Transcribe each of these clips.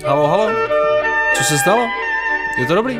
Halo? Co se stalo? Je to dobrý?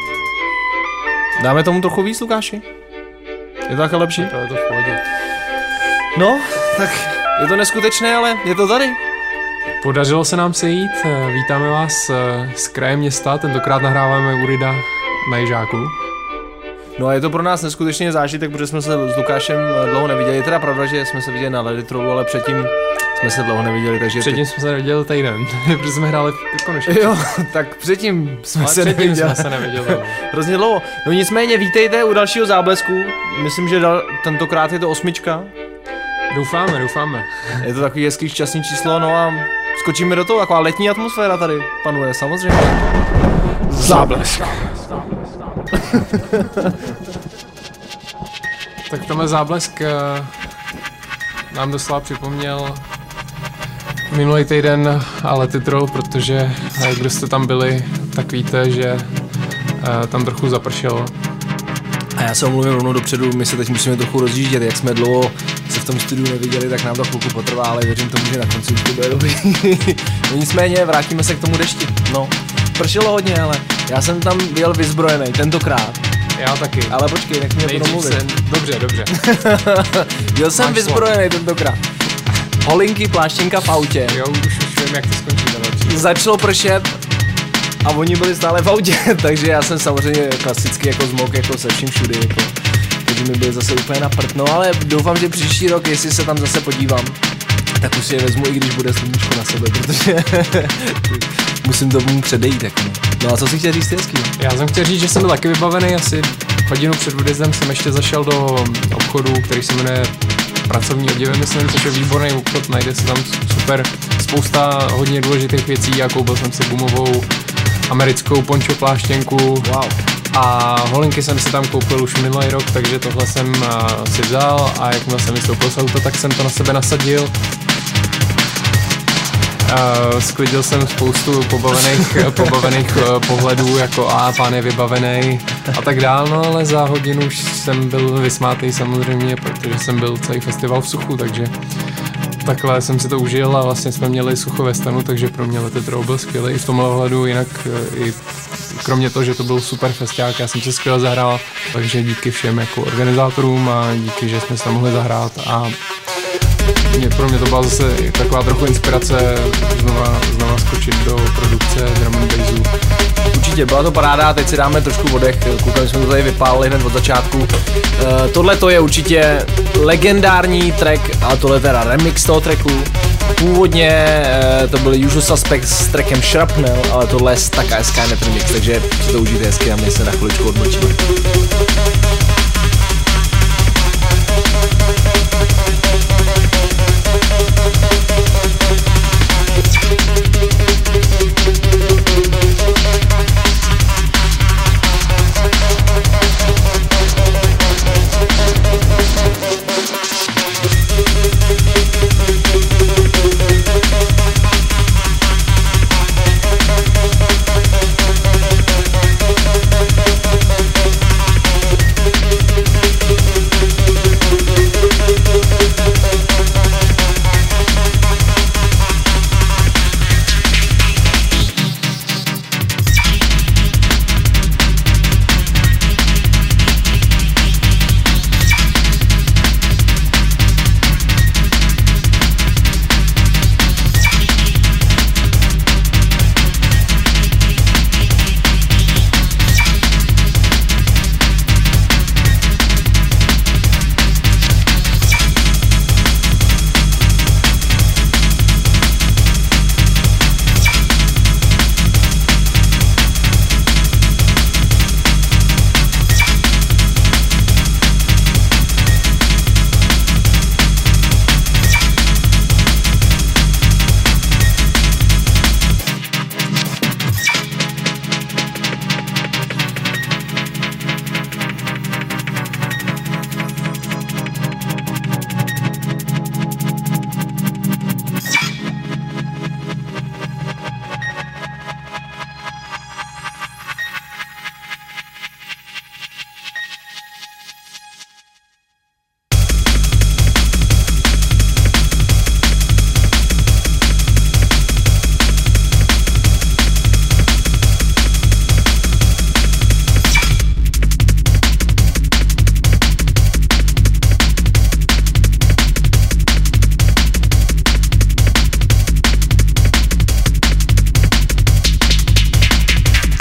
Dáme tomu trochu víc, Lukáši? Je to také lepší? To je to v pohodě. No, tak je to neskutečné, ale je to tady. Podařilo se nám sejít, vítáme vás z kraje města, tentokrát nahráváme u Rida na Ježáku. No a je to pro nás neskutečně zážitek, protože jsme se s Lukášem dlouho neviděli. Je teda pravda, že jsme se viděli na Leditrovu, ale předtím jsme se dlouho neviděli, takže... Předtím jsme se neviděli týden, protože jsme hráli v Koneších. Jo, tak předtím jsme se neviděli. Hrozně dlouho. No nicméně vítejte u dalšího záblesku. Myslím, že tentokrát je to 8. Doufáme. Je to takový hezký šťastný číslo, no a skočíme do toho, taková letní atmosféra tady panuje, samozřejmě. Záblesk. Tak tenhle záblesk nám doslova připomněl minulý týden Letitrol, protože kdo jste tam byli, tak víte, že tam trochu zapršelo. A já se omluvím rovnou dopředu, my se teď musíme trochu rozjíždět, jak jsme dlouho se v tom studiu neviděli, tak nám to chvilku potrvá, ale věřím tomu, že na konci už to bude dobrý. No nicméně, vrátíme se k tomu dešti. No, pršelo hodně, ale já jsem tam byl vyzbrojený tentokrát. Já taky. Ale počkej, nech mě to domluvit. Dobře. Byl jsem vyzbrojený tentokrát. Holinky, pláštěnka v autě. Jo, už vím, jak to skončí. Začalo pršet a oni byli stále v autě, takže já jsem samozřejmě klasicky jako zmok, jako se vším všudy, jako, takže mi byl zase úplně na prd. No ale doufám, že příští rok, jestli se tam zase podívám, tak už si je vezmu, i když bude sluníčko na sebe, protože musím tomu předejít. Jako. No a co si chtěl říct hezký? Já jsem chtěl říct, že jsem byl taky vybavený, asi hodinu před odjezdem jsem ještě zašel do obchodu, který se jmenuje Pracovní oděvy, myslím, což je výborný obchod, najde se tam super spousta hodně důležitých věcí a koupil jsem si gumovou americkou poncho pláštěnku. Wow. A holinky jsem si tam koupil už minulý rok, takže tohle jsem si vzal a jakmile jsem vystoupil z auta, tak jsem to na sebe nasadil. Sklidil jsem spoustu pobavených pohledů, jako pán je vybavený a tak dál, no ale za hodinu už jsem byl vysmátej samozřejmě, protože jsem byl celý festival v suchu, takže takhle jsem si to užil a vlastně jsme měli sucho ve stanu, takže pro mě Letitrol byl skvělý i v tomhle ohledu, jinak i kromě toho, že to byl super festiák, já jsem si skvěle zahrál, takže díky všem jako organizátorům a díky, že jsme se tam mohli zahrát a pro mě to byla zase taková trochu inspirace znova skočit do produkce drum and bassu. Určitě, byla to paráda, teď si dáme trošku oddech, koukali jsme to tady vypálili hned od začátku. Tohle to je určitě legendární track, ale tohle je teda remix toho tracku. Původně to byl Usual Suspects s trackem Shrapnel, ale tohle je taká Skynet remix, takže si to užijte hezky a my se na chviličku odmlčíme.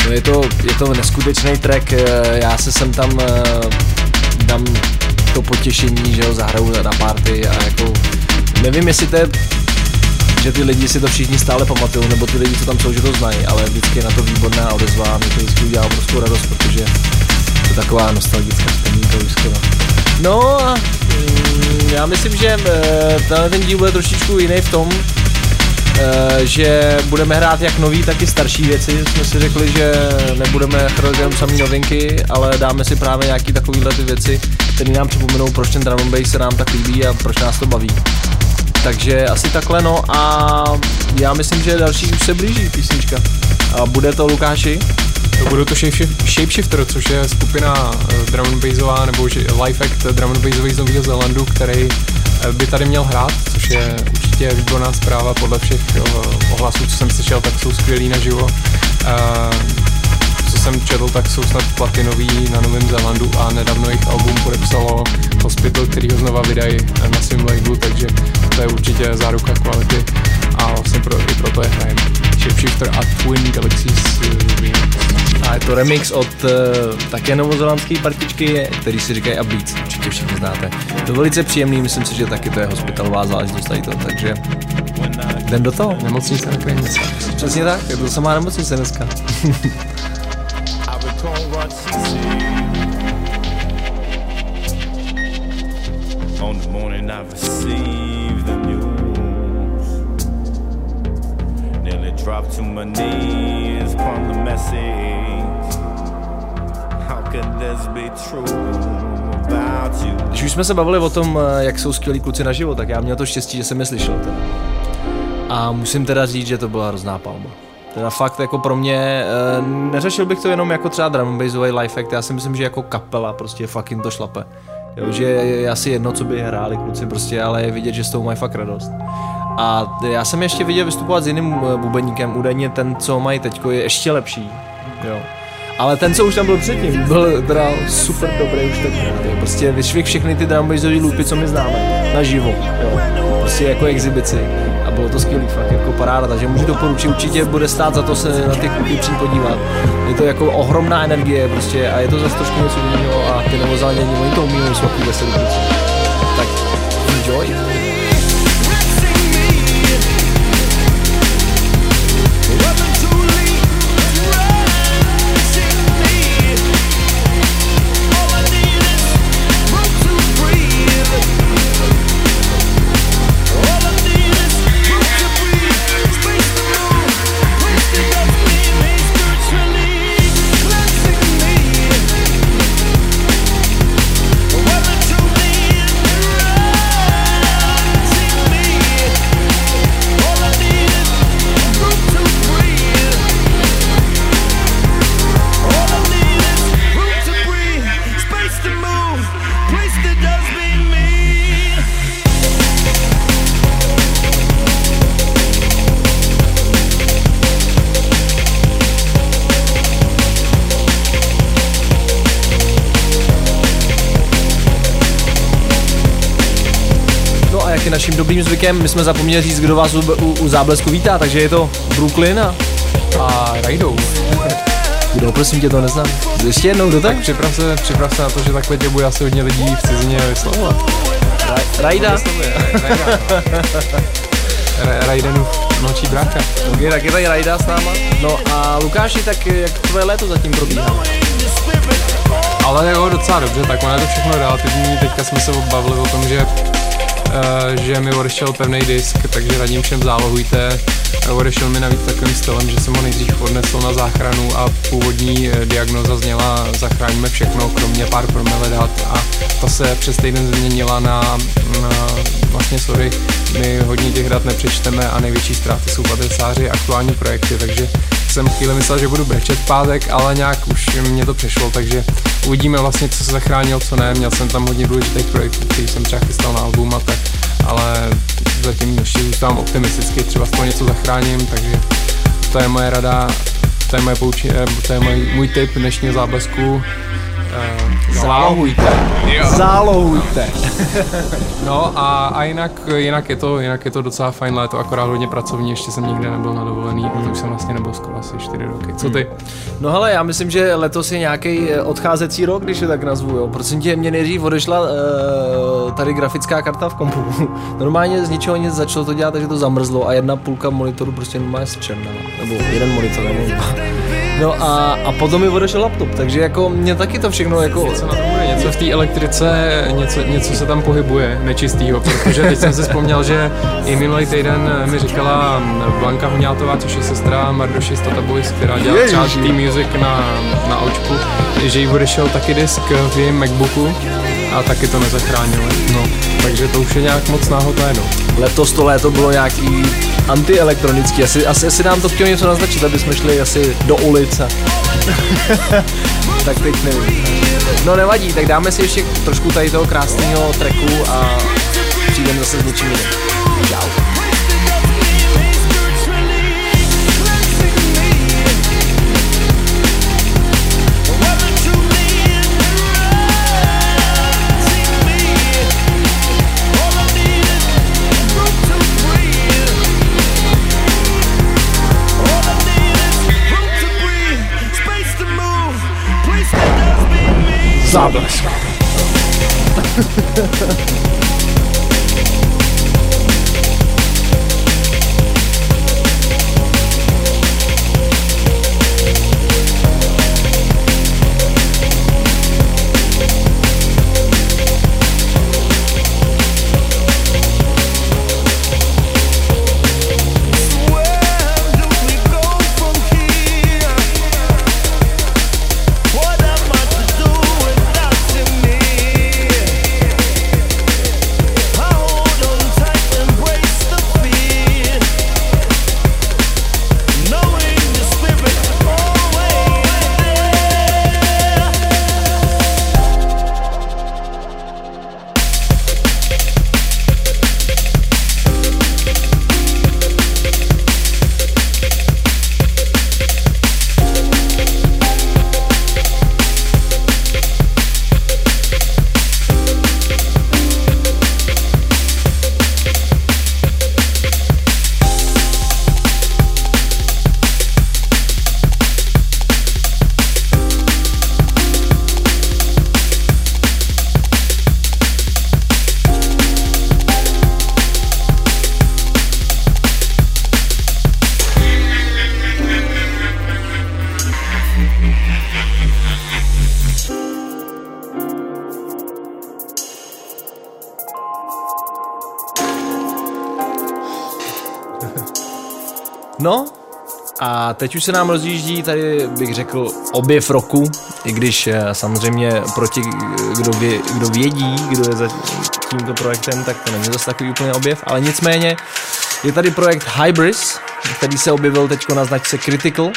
No je to neskutečný track, já se sem tam dám to potěšení, že ho zahraju na party a jako nevím, jestli to je, že ty lidi si to všichni stále pamatujou, nebo ty lidi, co tam jsou, že to znají, ale vždycky je na to výborná odezva a mě to vždycky udělá obrovskou radost, protože to je taková nostalgická vzpomínka úzková. No a já myslím, že ten díl bude trošičku jiný v tom, že budeme hrát jak nový, tak i starší věci. Jsme si řekli, že nebudeme chrlit jenom samý novinky, ale dáme si právě nějaký takovýhle ty věci, které nám připomenou, proč ten drum and bass se nám tak líbí a proč nás to baví. Takže asi takhle, no a já myslím, že další už se blíží písnička. A bude to, Lukáši? Budou to Shapeshifter, což je skupina drum and bassová nebo live act drum and bassový z Nového Zélandu, který by tady měl hrát, což je určitě výborná zpráva. Podle všech ohlasů, co jsem slyšel, tak jsou skvělý naživo. Co jsem četl, tak jsou snad platinový na Novém Zélandu a nedávno jejich album podepsalo Hospital, který ho znova vydají na svém labelu, takže to je určitě záruka kvality a vlastně i proto je hrajem. Shapeshifter a Twin Galaxies remix. A je to remix od také novozélandské partičky, který si říkají Beats, určitě všichni znáte. To je velice příjemný, myslím si, že taky to je hospitalová záležitost tady to, takže jdem do toho. Nemocnice na Krajnice. Přesně tak, je to samá nemocnice dneska. On the morning I received the news, nearly dropped to my knees upon the message. How can this be true about you? Když už jsme se bavili o tom, jak jsou skvělí kluci naživo, tak já měl to štěstí, že jsem je slyšel teda. A musím teda říct, že to byla hrozná palma. Teda fakt jako pro mě, neřešil bych to jenom jako třeba drum and bassový live act, já si myslím, že jako kapela prostě fakt jim to šlape. Jo, že je asi jedno, co by hráli kluci prostě, ale je vidět, že s tou mají fakt radost. A já jsem ještě viděl vystupovat s jiným bubeníkem, údajně ten, co mají teďko, je ještě lepší, jo. Ale ten, co už tam byl předtím, byl teda super dobrý už teď. Prostě vyšvih všechny ty drum bassový loopy, co my známe, naživo, jo. Prostě jako exibici. A bylo to skvělý, fakt jako paráda, takže můžu doporučit, určitě bude stát za to se na ty kluky přijít podívat. Je to jako ohromná energie prostě a je to zase trošku něco jiného a ty Novozélanděni, oni to umí, jsou takový veselý kluci. Tak enjoy. Naším dobrým zvykem, my jsme zapomněli říct, kdo vás u Záblesku vítá, takže je to Brooklyn a Raidou. Kdo, prosím tě, to neznám. Ještě jednou, kdo tak? Připrav se na to, že takhle tě bude asi hodně lidí v cizině vyslovovat. Raida. Raidenův noční brácha. Ok, tak je tady Raida s náma. No a Lukáši, tak jak tvoje léto zatím probíhá? Ale jako docela dobře, tak ono je to všechno relativní. Teďka jsme se bavili o tom, že mi odešel pevný disk, takže radím všem zálohujte. Odešel mi navíc takovým stylem, že jsem ho nejdřív odnesl na záchranu a původní diagnóza zněla zachráníme všechno, kromě pár promile dat a ta se přes týden změnila na vlastně sorry, my hodně těch dat nepřečteme a největší ztráty jsou v adresáři aktuální projekty, takže jsem chvíli myslel, že budu brečet v pátek, ale nějak už mě to přešlo, takže uvidíme vlastně, co se zachránil, co ne. Měl jsem tam hodně důležitých projektů, který jsem třeba chystal na album a tak, ale zatím ještě zůstávám optimisticky, třeba z toho něco zachráním, takže to je moje rada, to je moje poučení, to je můj tip dnešního Záblesku. Zálohujte. No a jinak je to docela fajn léto, akorát hodně pracovní, ještě jsem nikde nebyl na dovolený a to už jsem vlastně nebyl skoro asi 4 roky. Co ty? No hele, já myslím, že letos je nějaký odcházecí rok, když je tak nazvu, jo. Prosím tě, mě nejdřív odešla tady grafická karta v kompu. Normálně z ničeho nic začalo to dělat, takže to zamrzlo a jedna půlka monitoru prostě normálně zčernala. Nebo jeden monitor, nebo no a potom mi odešel laptop, takže jako mě taky to všechno jako... Něco v té elektrice, něco se tam pohybuje nečistýho, protože teď jsem si vzpomněl, že i minulý týden mi říkala Blanka Huňátová, což je sestra Mardoši z Tata Boys, která dělá třeba T-Music na Očku, že jí odešel taky disk v jejím Macbooku a taky to nezachránilo. No, takže to už je nějak moc náhodné, no. Letos to léto bylo nějaký antielektronický, asi nám to chtělo něco naznačit, aby jsme šli asi do ulice. Tak teď nevím. No nevadí, tak dáme si ještě trošku tady toho krásného tracku a přijdeme zase s něčím jiným. Čau. Záblesk. No a teď už se nám rozjíždí tady, bych řekl, objev roku, i když samozřejmě proti kdo vědí, kdo je za tímto projektem, tak to není zase takový úplně objev, ale nicméně je tady projekt Hybris, který se objevil teďko na značce Critical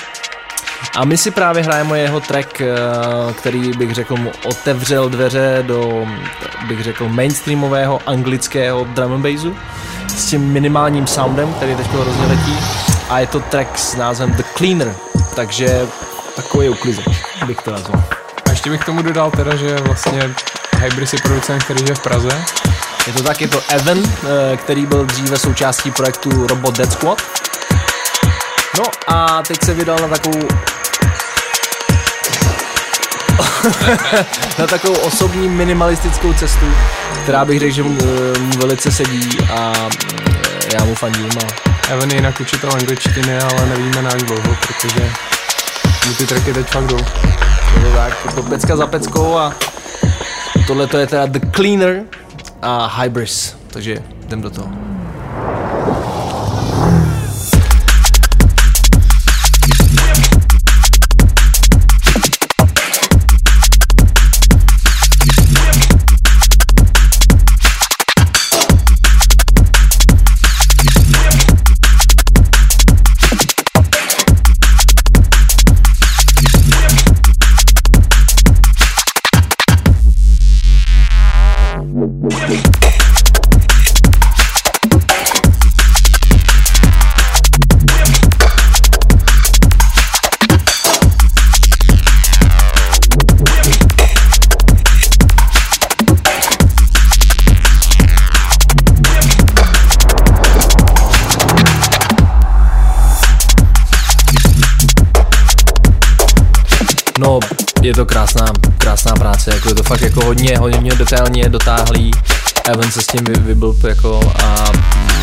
a my si právě hrajeme jeho track, který bych řekl mu otevřel dveře do, bych řekl, mainstreamového anglického drum and bassu s tím minimálním soundem, který teďko hrozně letí. A je to track s názvem The Cleaner, takže takový uklizek, bych to nazval. A ještě bych tomu dodal teda, že vlastně Hybris je producent, který je v Praze. Je to tak, je to Evan, který byl dříve součástí projektu Robot Dead Squad. No a teď se vydal na takovou osobní minimalistickou cestu, která bych řekl, že mu velice sedí a já mu fandím. Evan je jinak učitel angličtiny, ale nevíme na jak dlouho, protože mu ty tracky teď fakt jdou. Je to tak, je to pecka za peckou a tohle to je teda The Cleaner a Hybris, takže jdem do toho. No, je to krásná práce, jako je to fakt jako hodně detailně dotáhlý. Evan se s tím vyblb jako a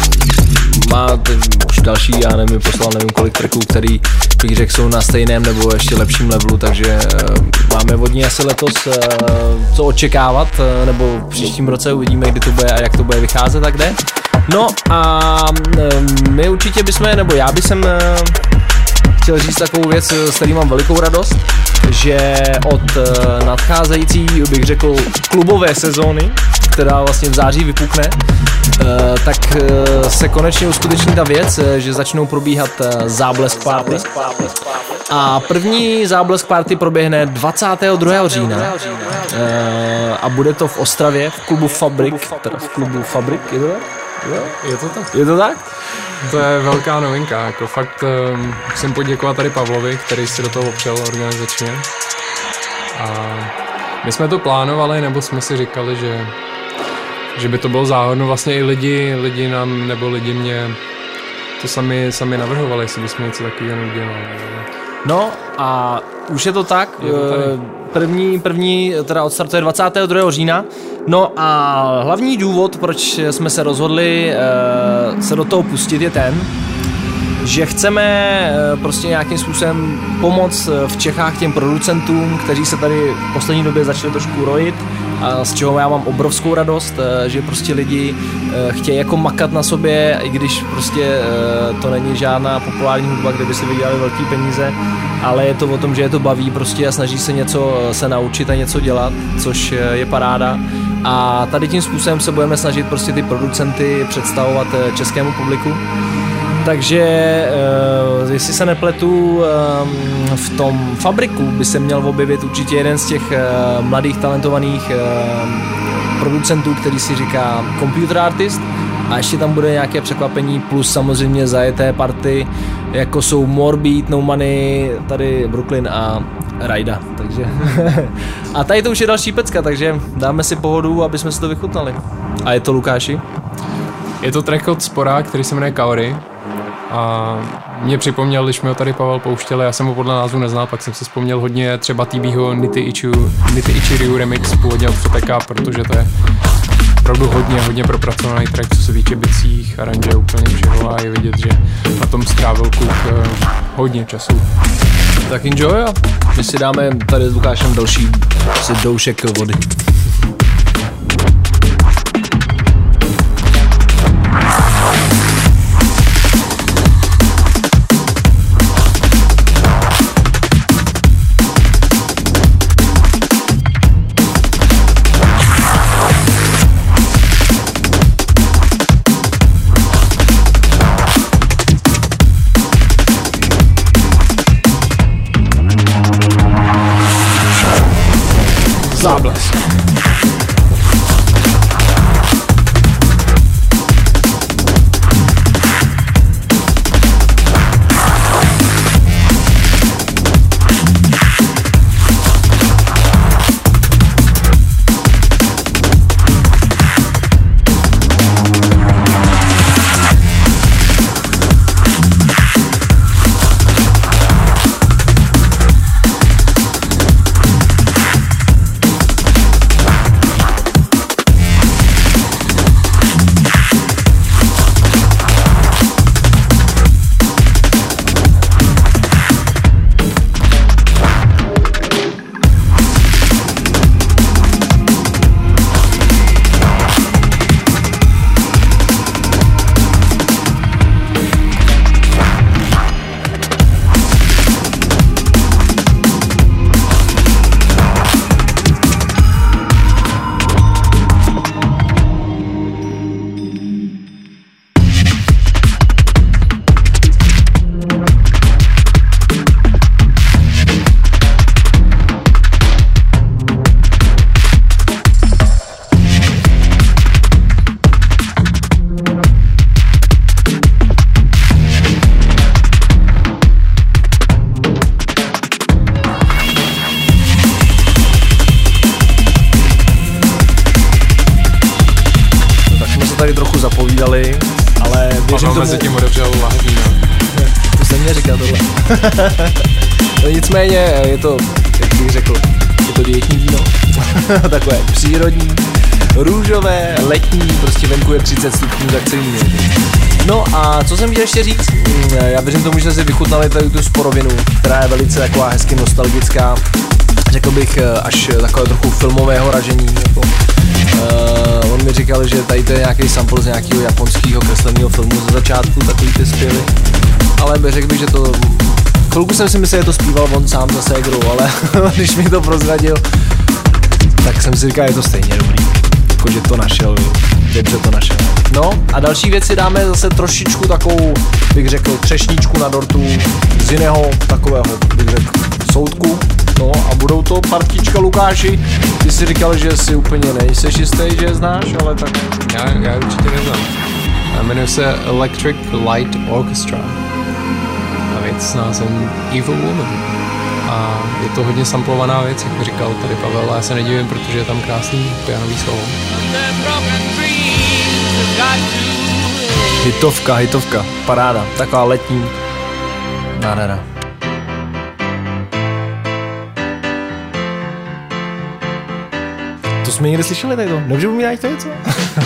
má už další, já nevím, poslal nevím kolik tracků, který bych řekl jsou na stejném nebo ještě lepším levelu, takže máme od ní asi letos co očekávat, nebo v příštím roce uvidíme, kdy to bude a jak to bude vycházet a kde. No a my určitě nebo já bych chtěl říct takovou věc, s který mám velikou radost, že od nadcházející, bych řekl, klubové sezóny, která vlastně v září vypukne, tak se konečně uskuteční ta věc, že začnou probíhat záblesk party. A první záblesk party proběhne 22. října a bude to v Ostravě, v klubu Fabrik, je to tak? Je to tak. Je to tak? To je velká novinka, jako fakt musím poděkovat tady Pavlovi, který si do toho opřel organizačně. A my jsme to plánovali, nebo jsme si říkali, že by to bylo záhodno, vlastně i lidi nám, nebo lidi mě to sami navrhovali, jestli bychom něco takového neudělali. No a už je to tak, první teda odstartuje 22. října, no a hlavní důvod, proč jsme se rozhodli se do toho pustit je ten, že chceme prostě nějakým způsobem pomoct v Čechách těm producentům, kteří se tady v poslední době začali trošku rojit a z čeho já mám obrovskou radost, že prostě lidi chtějí jako makat na sobě, i když prostě to není žádná populární hudba, kde by si vydělali velký peníze, ale je to o tom, že je to baví prostě a snaží se něco se naučit a něco dělat, což je paráda. A tady tím způsobem se budeme snažit prostě ty producenty představovat českému publiku. Takže, jestli se nepletu, v tom Fabriku by se měl objevit určitě jeden z těch mladých talentovaných producentů, který si říká Computer Artist, a ještě tam bude nějaké překvapení, plus samozřejmě zajeté party, jako jsou Morbid, No Money, tady Brooklyn a Rajda, takže a tady to už je další pecka, takže dáme si pohodu, aby jsme si to vychutnali. A je to, Lukáši? Je to track od Spora, který se jmenuje Kaori. A mě připomněl, když mi ho tady Pavel pouštěl, já jsem ho podle názvu neznal, pak jsem si vzpomněl hodně třeba TBho Nitty Ichiryu remix původně od Foteka, protože to je opravdu hodně propracovaný track, co se týče bicích, aranže, úplně všeho, a je vidět, že na tom strávil kluk hodně času. Tak enjoy a my si dáme tady s Lukášem další doušek vody. Záblesk. Tady trochu zapovídali, ale věřím tomu... mezi tím odevřel lahví, To jsem mě říkal tohle. No nicméně je to jak bych řekl, je to dietní víno, takové přírodní, růžové, letní, prostě venku je 30 stupňů, tak co jiného. No a co jsem chtěl ještě říct, já věřím tomu, že jste si vychutnali tady tu sporovinu, která je velice taková hezky nostalgická, řekl bych až takové trochu filmového ražení, jako. On mi říkal, že tady to je nějaký sample z nějakého japonského kresleného filmu ze začátku, takový ty zpěvy, ale řekl bych, že to, chvilku jsem si myslel, že to zpíval on sám za ségrou, ale když mi to prozradil, tak jsem si říkal, je to stejně dobrý, jakože to našel, dobře to našel. No a další věci dáme zase trošičku takovou, bych řekl, třešničku na dortu z jiného takového, bych řekl, soudku. No a budou to partička Lukáši, ty jsi říkal, že si úplně nejseš jistý, že je znáš, ale tak... Já určitě neznám. Jmenuje se Electric Light Orchestra a věc s názvem Evil Woman. A je to hodně samplovaná věc, jak mi říkal tady Pavel, a já se nedivím, protože je tam krásný pianový solo. Hitovka, paráda, taková letní nádhera. To jsme někde slyšeli tady to, nepřipomínáš to něco?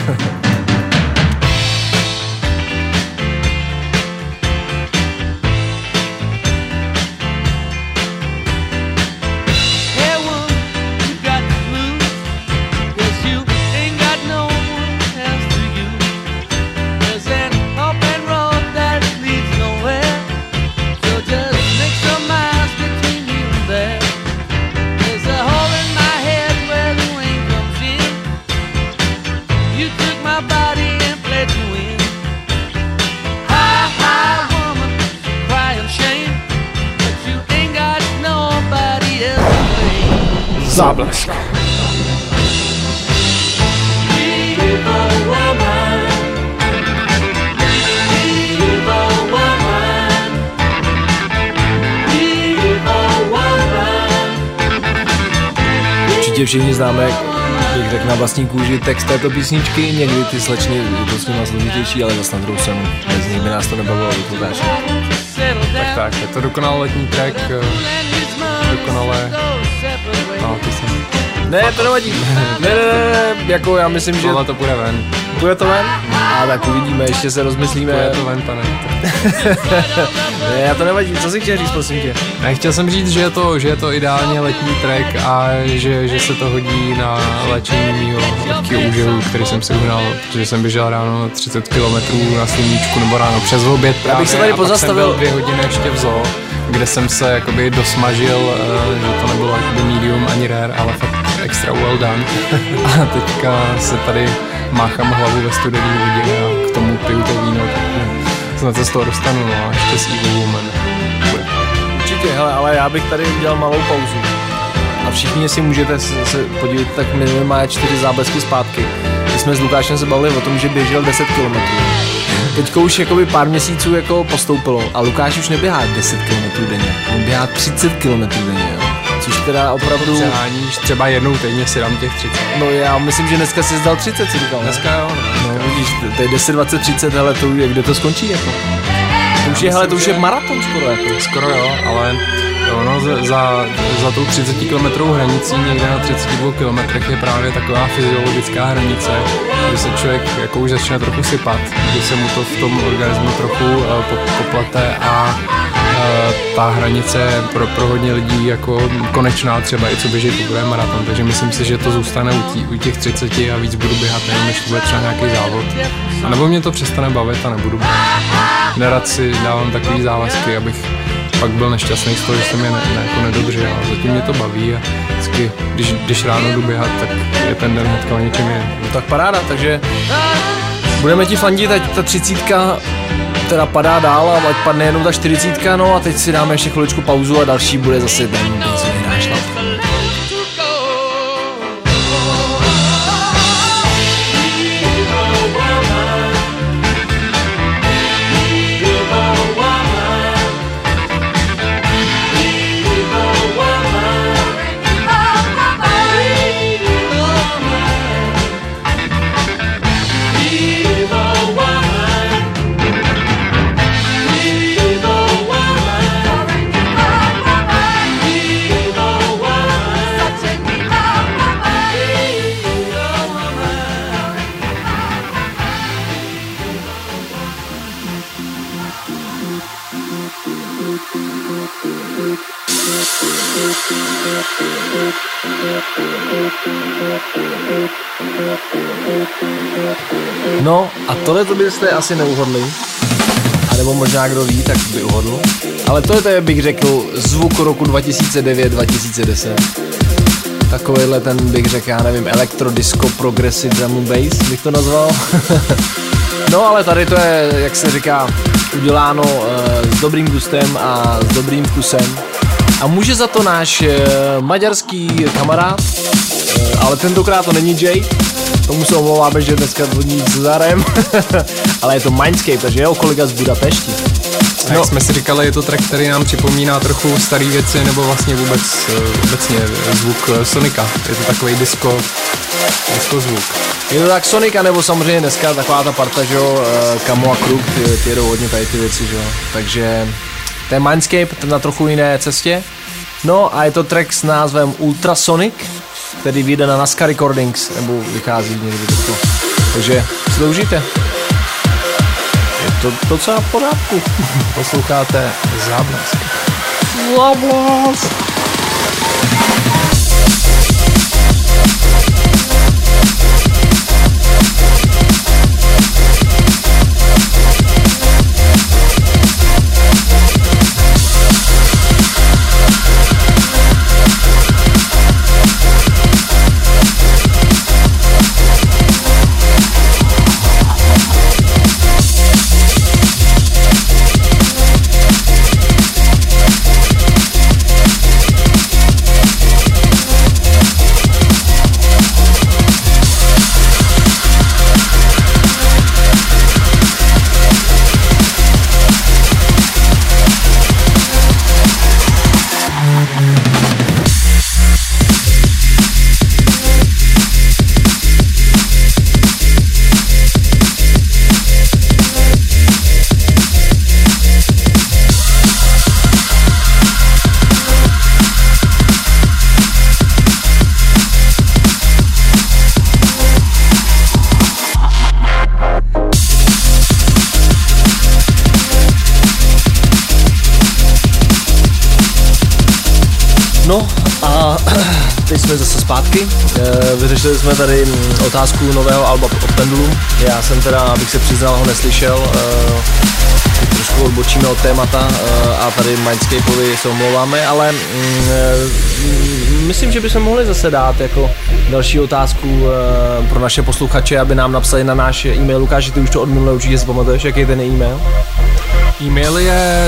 Záblesk. Určitě všichni známe, jak řekl na vlastní kůži text této písničky, někdy ty slečny je to s nima složitější, ale zase na druhou stranu, bez nich by nás to nebavilo vykladáš. Tak, je to dokonalý letní track, dokonalé... No, ty jsem... Ne, to nevadí. Ne, jako já myslím, že... Ale to půjde ven. Půjde to ven? A tak uvidíme, ještě se rozmyslíme. Půjde to ven, pane. Ne, já to nevadí, co jsi chtěl říct, prosím tě? Ne, chtěl jsem říct, že je to ideálně letní track a že se to hodí na léčení mýho lehkého úžehu, který jsem si uhnal, protože jsem běžel ráno 30 km na sluníčku nebo ráno přes oběd právě. Já bych se tady pozastavil. A pak jsem byl 2 hodiny ještě v zoo, kde jsem se jakoby dosmažil, že to nebylo jakoby medium ani rare, ale fakt extra well done. A teďka se tady máchám hlavu ve studený vodě a k tomu piju to víno, snad se z toho dostanu, no a ještě s Evil Woman. Určitě, hele, ale já bych tady udělal malou pauzu. A všichni, jestli můžete se podívat, tak minimálně má 4 záblesky zpátky. My jsme s Lukášem se bavili o tom, že běžel 10 km. Teďko už jakoby pár měsíců jako postoupilo a Lukáš už neběhá 10 km denně, on běhá 30 km denně, jo. Což teda opravdu... Přeháníš, třeba jednou týdně si dám těch 30. No já myslím, že dneska si zdal 30, si říkal. Dneska jo. No vidíš, to je 10, 20, 30, hele, to je, kde to skončí jako? To už je, hele, to už je maraton skoro jako. Skoro jo, ale ono za tou 30 km hranicí někde na 32 km je právě taková fyziologická hranice, kdy se člověk jako už začne trochu sypat, kdy se mu to v tom organismu trochu poplete a ta hranice je pro hodně lidí jako konečná, třeba i co běží poprvé maraton, takže myslím si, že to zůstane u těch 30 a víc budu běhat, nevím, než to bude třeba nějaký závod. A nebo mě to přestane bavit a nebudu běhat. Nerad si dávám takový závazky, abych pak byl nešťastný z toho, že jsem je jako nedodržel. Zatím mě to baví a vždycky, když ráno jdu běhat, tak je ten den hnedka o něčem jiném. No tak paráda, takže budeme ti fandit, ať ta 30 teda padá dál a ať padne jenom ta 40, no a teď si dáme ještě chviličku pauzu a další bude zase ten co nedáš šlap. No a tohle to byste asi neuhodli. A nebo možná kdo ví, tak by uhodl. Ale to je, bych řekl, zvuk roku 2009-2010. Takovýhle ten, bych řekl, já nevím, elektrodisco, progressive drum and bass, bych to nazval. No ale tady to je, jak se říká, uděláno s dobrým gustem a s dobrým vkusem. A může za to náš maďarský kamarád, ale tentokrát to není Jay. Tomu se omlouváme, že dneska vodní s Cezarem, ale je to Mindscape, takže jeho kolega z Budapešti. No. Jak jsme si říkali, je to track, který nám připomíná trochu staré věci, nebo vlastně obecně zvuk Sonika. Je to takový disco zvuk. Je to tak Sonika, nebo samozřejmě dneska taková ta parta, že jo, Kamo a Kruk, ty jedou hodně tady ty věci, že jo. Takže to je Mindscape, ten na trochu jiné cestě. No a je to track s názvem Ultrasonic, který vyjde na Nazca Recordings, nebo vychází někdy takto. Takže si to užijte. Je to docela v pořádku. Posloucháte Záblesk. Záblesk. No a teď jsme zase zpátky. Vyřešili jsme tady otázku nového alba od Pendulum. Já jsem teda, abych se přiznal, ho neslyšel. Trošku odbočíme od témata a tady Mindscapeovi se omlouváme, ale myslím, že bychom mohli zase dát jako další otázku pro naše posluchače, aby nám napsali na náš e-mail. Lukáši, ty už to od minule určitě si pamatuješ, jaký je ten e-mail? E-mail je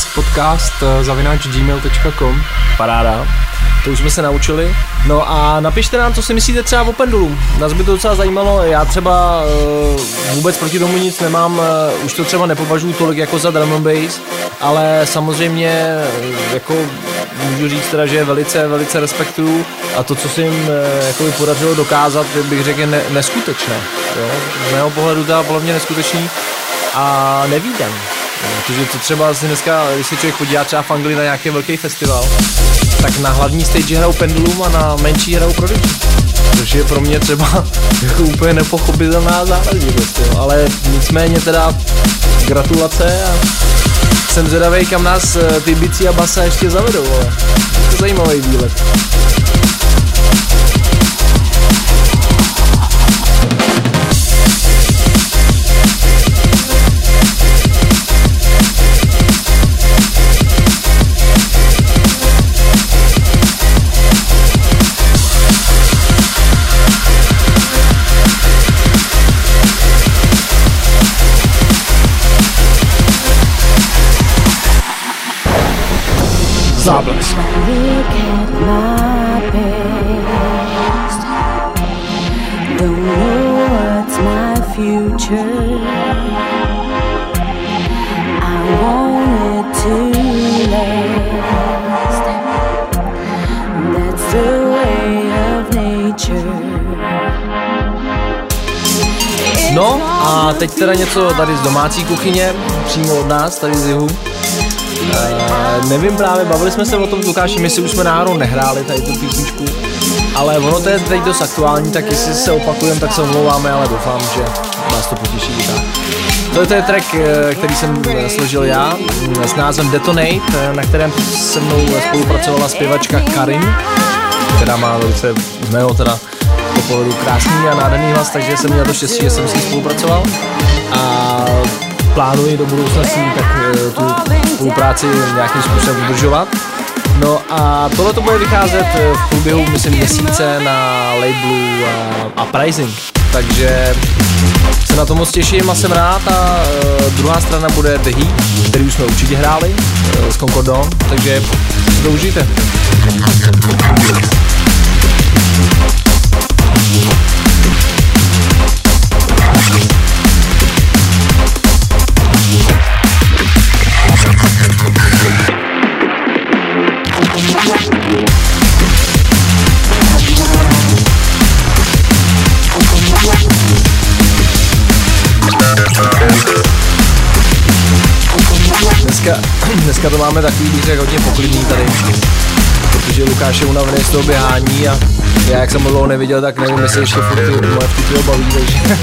zableskpodcast@gmail.com. Paráda. To už jsme se naučili. No a napište nám, co si myslíte třeba o Pendulum. Nás by to docela zajímalo. Já třeba vůbec proti tomu nic nemám. Už to třeba nepovažuji tolik jako za drum and bass, ale samozřejmě jako můžu říct teda, že velice, velice respektuju a to, co se jim jako podařilo dokázat, bych řekl, je neskutečné. Jo? Z mého pohledu to je podle mě neskutečný a nevídám. Protože to třeba dneska, když se člověk podívá třeba v Anglii na nějaký velký festival, tak na hlavní stage hrajou Pendulum a na menší hrajou Prodigy. Což je pro mě třeba jako úplně nepochopitelná záležitost, ale nicméně teda gratulace a jsem zvědavej, kam nás ty bicí a basa ještě zavedou, ale to je zajímavý výlet. Záblesk. Look at my past. Don't know what's my future. I want it to last. That's the way of nature. No a teď teda něco tady z domácí kuchyně, přímo od nás, tady z jihu. Nevím právě, bavili jsme se o tom s Lukášem, jestli už jsme náhodou nehráli tady tu písničku, ale ono to je teď dost aktuální, tak jestli se opakujeme, tak se omlouváme, ale doufám, že vás to potěší. Tak. Tohle je track, který jsem složil já s názvem Detonate, na kterém se mnou spolupracovala zpěvačka Karin, která má velice z mého teda po pohledu krásný a nádherný hlas, takže jsem měl to štěstí, že jsem s ní spolupracoval a plánuji do budoucna s ní tak tu spolupráci nějakým způsobem udržovat. No a tohle to bude vycházet v průběhu, myslím, měsíce na labelu Uprising, takže se na to moc těším a jsem rád a druhá strana bude The Heat, který už jsme určitě hráli s Concordon, takže si to užijte. Dneska to máme takový, bych řekl, hodně poklidný tady, protože Lukáš je unavený z toho běhání a já, jak jsem ho dlouho neviděl, tak nevím, jestli ještě furt ty moje vtipy ho baví,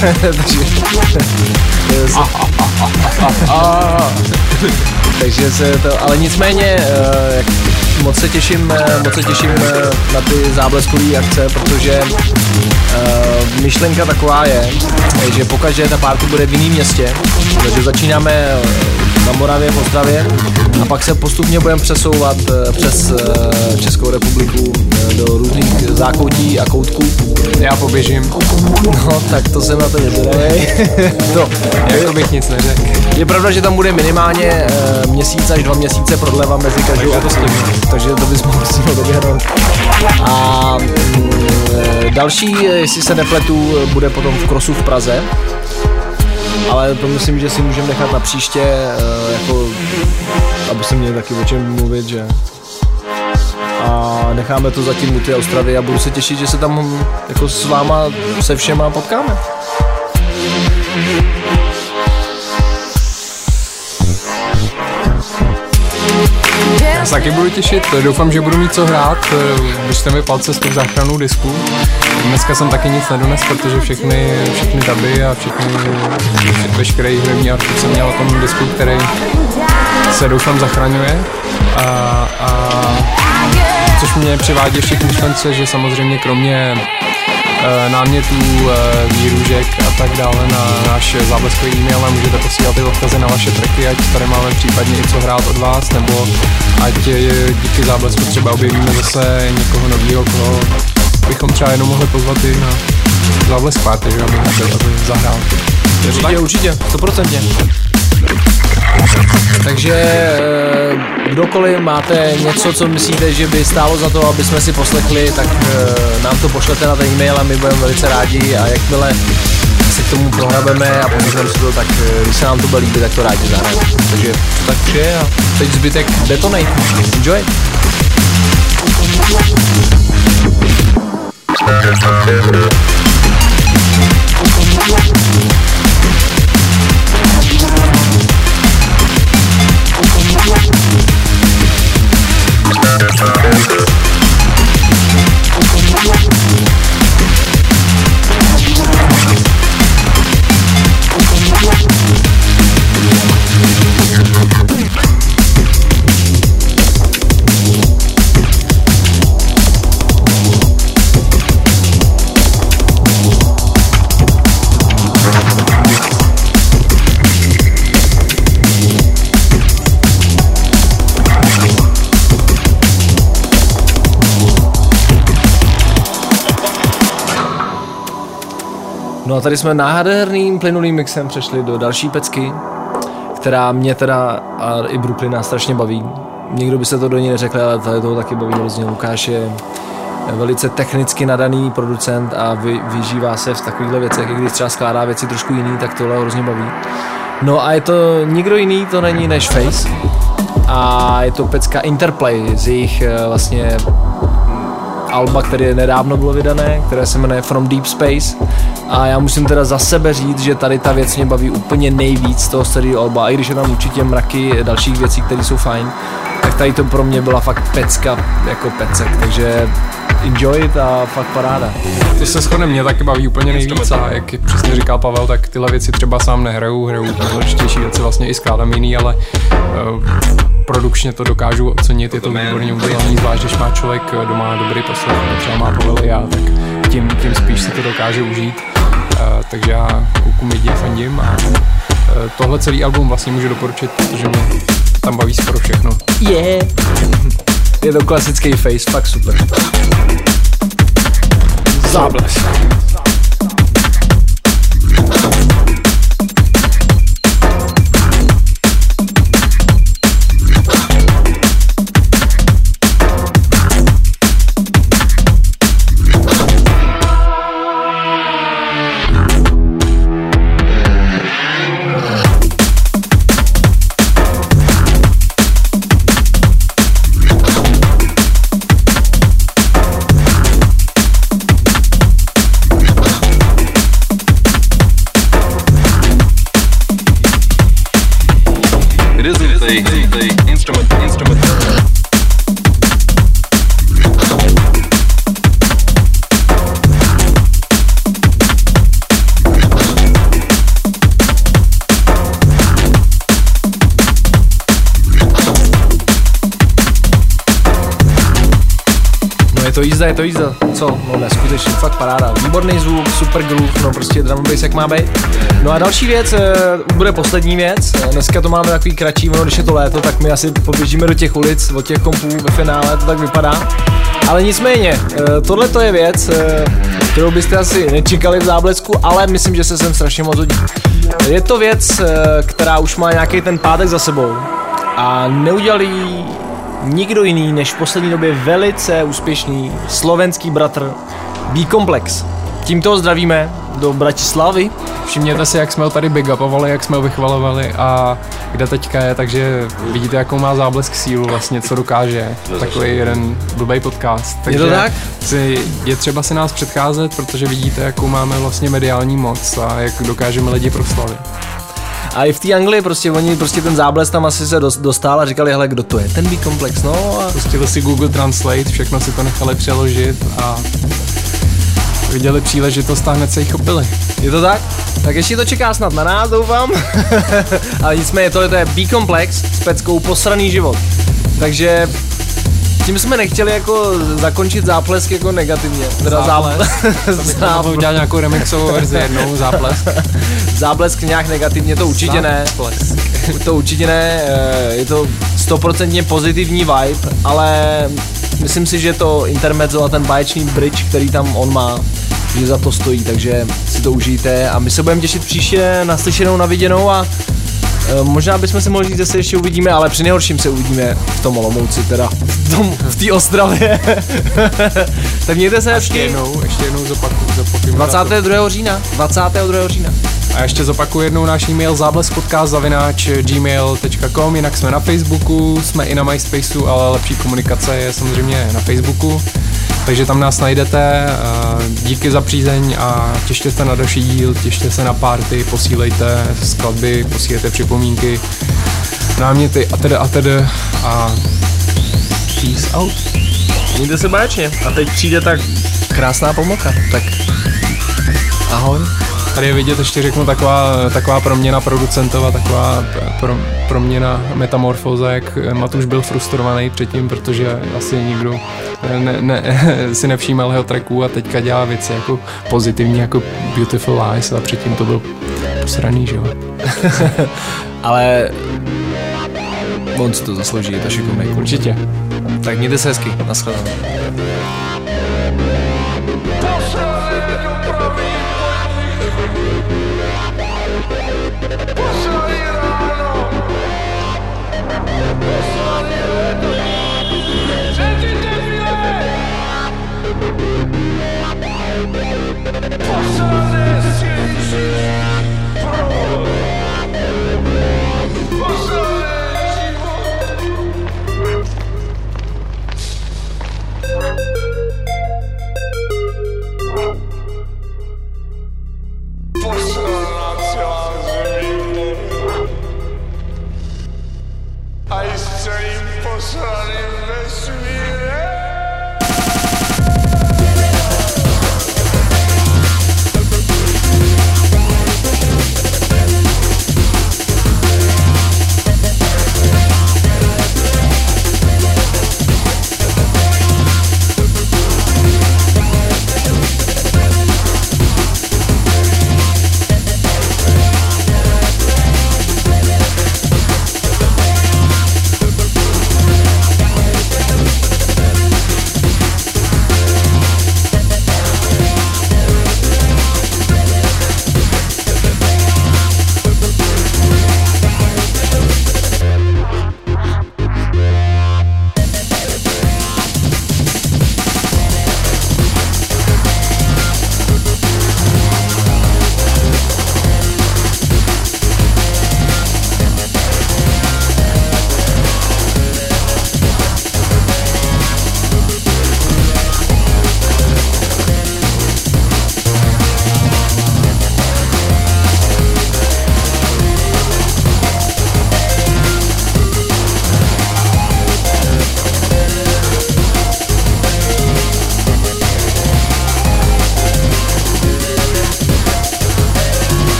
takže se to, ale nicméně moc se těším na ty zábleskové akce, protože myšlenka taková je, že pokaždé ta party bude v jiném městě, takže začínáme na Moravě, v Ostravě a pak se postupně budeme přesouvat přes Českou republiku do různých zákoutí a koutků. Já poběžím. No, tak to jsem na to nezvědavej. To, jako bych nic neřekl. Je pravda, že tam bude minimálně měsíc až 2 měsíce prodleva mezi každou akcí, takže to bys mohl si doběhnout. A další, jestli se nepletu, bude potom v Crossu v Praze. Ale to myslím, že si můžeme nechat na příště, jako, aby se měli taky o čem mluvit, že? A necháme to zatím u té Ostravy a budu se těšit, že se tam jako s váma se všema potkáme. Já se taky budu těšit, doufám, že budu mít co hrát, držte mi palce s tou záchrannou disku. Dneska jsem taky nic nedones, protože všechny duby a veškerý hudební archiv jsem měl o tom disku, který se doufám zachraňuje. Což mě přivádí ještě k myšlence, že samozřejmě kromě námětů, výružek a tak dále na náš zábleskový e-mail a můžete posílat ty odkazy na vaše tracky, ať tady máme případně i co hrát od vás, nebo ať díky záblesku třeba objevíme zase někoho novýho, koho bychom třeba jenom mohli pozvat i na záblesk party, že aby zahrál. Určitě, 100%. Takže kdokoliv máte něco, co myslíte, že by stálo za to, aby jsme si poslechli, tak nám to pošlete na ten e-mail a my budeme velice rádi a jakmile se k tomu prohrabeme a poslechneme si to, tak když se nám to bude líbit, tak to rádi zahrajeme. Takže to tak vše a teď zbytek Detonate. Enjoy! No a tady jsme nádherným plynulým mixem přešli do další pecky, která mě teda a i Brooklyna strašně baví. Někdo by se to do ní neřekl, ale tady toho taky baví hrozně. Lukáš je velice technicky nadaný producent a vyžívá se v takovýchhle věcech, i když třeba skládá věci trošku jiný, tak tohle hrozně baví. No a je to nikdo jiný, to není než Face. A je to pecka Interplay z jejich vlastně alba, které nedávno bylo vydané, které se jmenuje From Deep Space. A já musím teda za sebe říct, že tady ta věc mě baví úplně nejvíc z toho starého alba. A i když je tam určitě mraky dalších věcí, které jsou fajn, tak tady to pro mě byla fakt pecka jako pecek. Takže enjoy it a fakt paráda. To se shodne, mě taky baví úplně nejvíc a jak přesně říkal Pavel, tak tyhle věci třeba sám nehraju důležitější věci vlastně i skládám jiný, ale produkčně to dokážu ocenit, je to výborně udělaný, zvlášť když má člověk doma dobrý poslech, třeba má Pavel i já, tak tím spíš si to dokáže užít. Takže já klukům lidi fandím a tohle celý album vlastně můžu doporučit, protože mě tam baví skoro všechno. Je to klasický Face, fakt super. Záblesk. Je to jízda, co? No neskutečně, fakt paráda, výborný zvuk, super groove, no prostě drum and bass jak má být. No a další věc, bude poslední věc, dneska to máme takový kratší, ono když je to léto, tak my asi poběžíme do těch ulic, od těch kompů ve finále, to tak vypadá. Ale nicméně, tohle to je věc, kterou byste asi nečekali v Záblesku, ale myslím, že se sem strašně moc hodí. Je to věc, která už má nějaký ten pátek za sebou a neudělali nikdo jiný než v poslední době velice úspěšný slovenský bratr B-Komplex. Tímto ho zdravíme do Bratislavy. Všimněte si, jak jsme ho tady big upovali, jak jsme ho vychvalovali a kde teďka je, takže vidíte, jakou má Záblesk sílu vlastně, co dokáže. Takový jeden blbej podcast. Takže je to tak? Je třeba si nás předcházet, protože vidíte, jakou máme vlastně mediální moc a jak dokážeme lidi proslavit. A i v té Anglii oni ten Záblesk tam asi se dostal a říkali, hele, kdo to je, ten B-Komplex, no a... Pustili si Google Translate, všechno si to nechali přeložit a viděli příležitost a hned se jich chopili. Je to tak? Tak ještě to čeká snad na nás, doufám. Ale nicméně tohle je B-Komplex s peckou Posraný život. Takže tím jsme nechtěli jako zakončit Záblesk jako negativně. Teda Záblesk. Záblesk. Udělat nějakou remixovou verzi jednou, Záblesk. Záblesk nějak negativně, to určitě ne. To určitě ne, je to 100% pozitivní vibe, ale myslím si, že to intermezzo a ten báječný bridge, který tam on má, že za to stojí, takže si to užijte a my se budeme těšit příště na slyšenou, na viděnou a možná bychom se mohli říct, že se ještě uvidíme, ale při nejhorším se uvidíme v tom Olomouci, teda v té Ostravě. Tak mějte se hezky. Ještě jednou zopakuju. 22. října. A ještě zopakuju jednou náš e-mail zábleskpodcast@gmail.com, jinak jsme na Facebooku, jsme i na MySpaceu, ale lepší komunikace je samozřejmě na Facebooku. Takže tam nás najdete, díky za přízeň a těšte se na další díl, těšte se na party, posílejte skladby, posílejte připomínky, náměty a peace out. Mějte se báječně a teď přijde tak krásná pomlka, tak ahoj. Tady je vidět, ještě řeknu, taková proměna producentova, taková proměna metamorfóza, jak Matuš byl frustrovaný předtím, protože asi nikdo si nevšímal jeho tracků a teďka dělá věci jako pozitivní, jako Beautiful Eyes a předtím to byl posraný, že jo. Ale on si to zaslouží, je to šikovnej. Určitě. Tak mějte se hezky, nashledanou. Força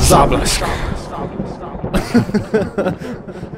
Záblesk.